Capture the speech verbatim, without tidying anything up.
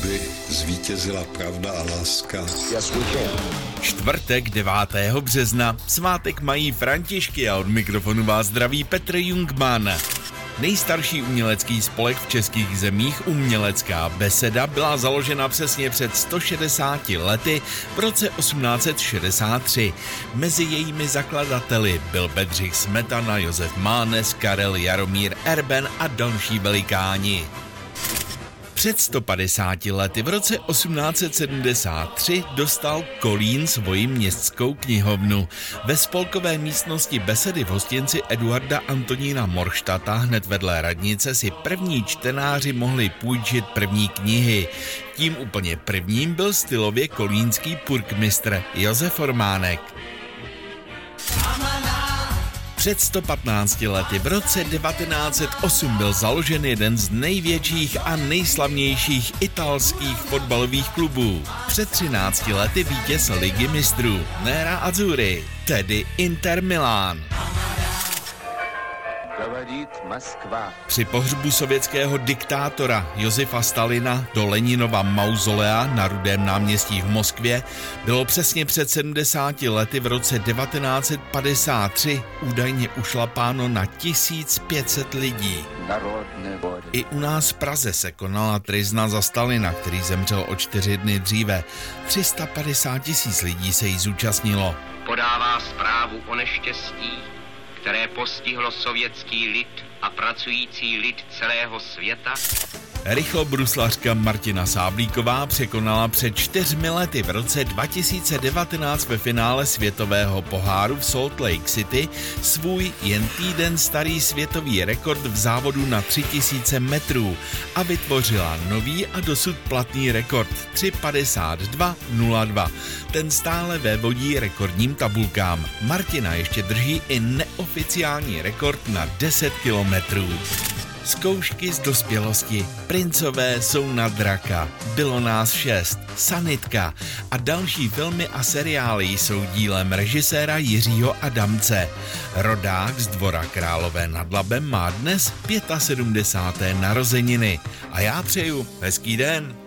aby zvítězila pravda a láska. Čtvrtek devátého března. Svátek mají Františky a od mikrofonu vás zdraví Petr Jungmann. Nejstarší umělecký spolek v českých zemích, Umělecká beseda, byla založena přesně před sto šedesáti lety v roce osmnáct set šedesát tři. Mezi jejími zakladateli byl Bedřich Smetana, Josef Mánes, Karel Jaromír Erben a další velikáni. Před sto padesáti lety v roce osmnáct set sedmdesát tři dostal Kolín svoji městskou knihovnu. Ve spolkové místnosti besedy v hostinci Eduarda Antonína Morštata hned vedle radnice si první čtenáři mohli půjčit první knihy. Tím úplně prvním byl stylově kolínský purkmistr Josef Ormánek. Před sto patnácti lety v roce devatenáct set osm byl založen jeden z největších a nejslavnějších italských fotbalových klubů. Před třinácti lety vítěz Ligy mistrů Nera Azzurri, tedy Inter Milán. Při pohřbu sovětského diktátora Josifa Stalina do Leninova mauzolea na Rudém náměstí v Moskvě bylo přesně před sedmdesáti lety v roce devatenáct set padesát tři údajně ušlapáno na tisíc pět set lidí. I u nás v Praze se konala tryzna za Stalina, který zemřel o čtyři dny dříve. tři sta padesát tisíc lidí se jí zúčastnilo. Podává zprávu o neštěstí, které postihlo sovětský lid a pracující lid celého světa. Rychlobruslařka Martina Sáblíková překonala před čtyřmi lety v roce dva tisíce devatenáct ve finále světového poháru v Salt Lake City svůj jen týden starý světový rekord v závodu na tři tisíce metrů a vytvořila nový a dosud platný rekord tři padesát dva nula dva. Ten stále vévodí rekordním tabulkám. Martina ještě drží i neoficiální rekord na deset kilometrů. Zkoušky z dospělosti, Princové jsou na draka, Bylo nás šest, Sanitka a další filmy a seriály jsou dílem režiséra Jiřího Adamce. Rodák z Dvora Králové nad Labem má dnes sedmdesáté pěté narozeniny. A já přeju hezký den.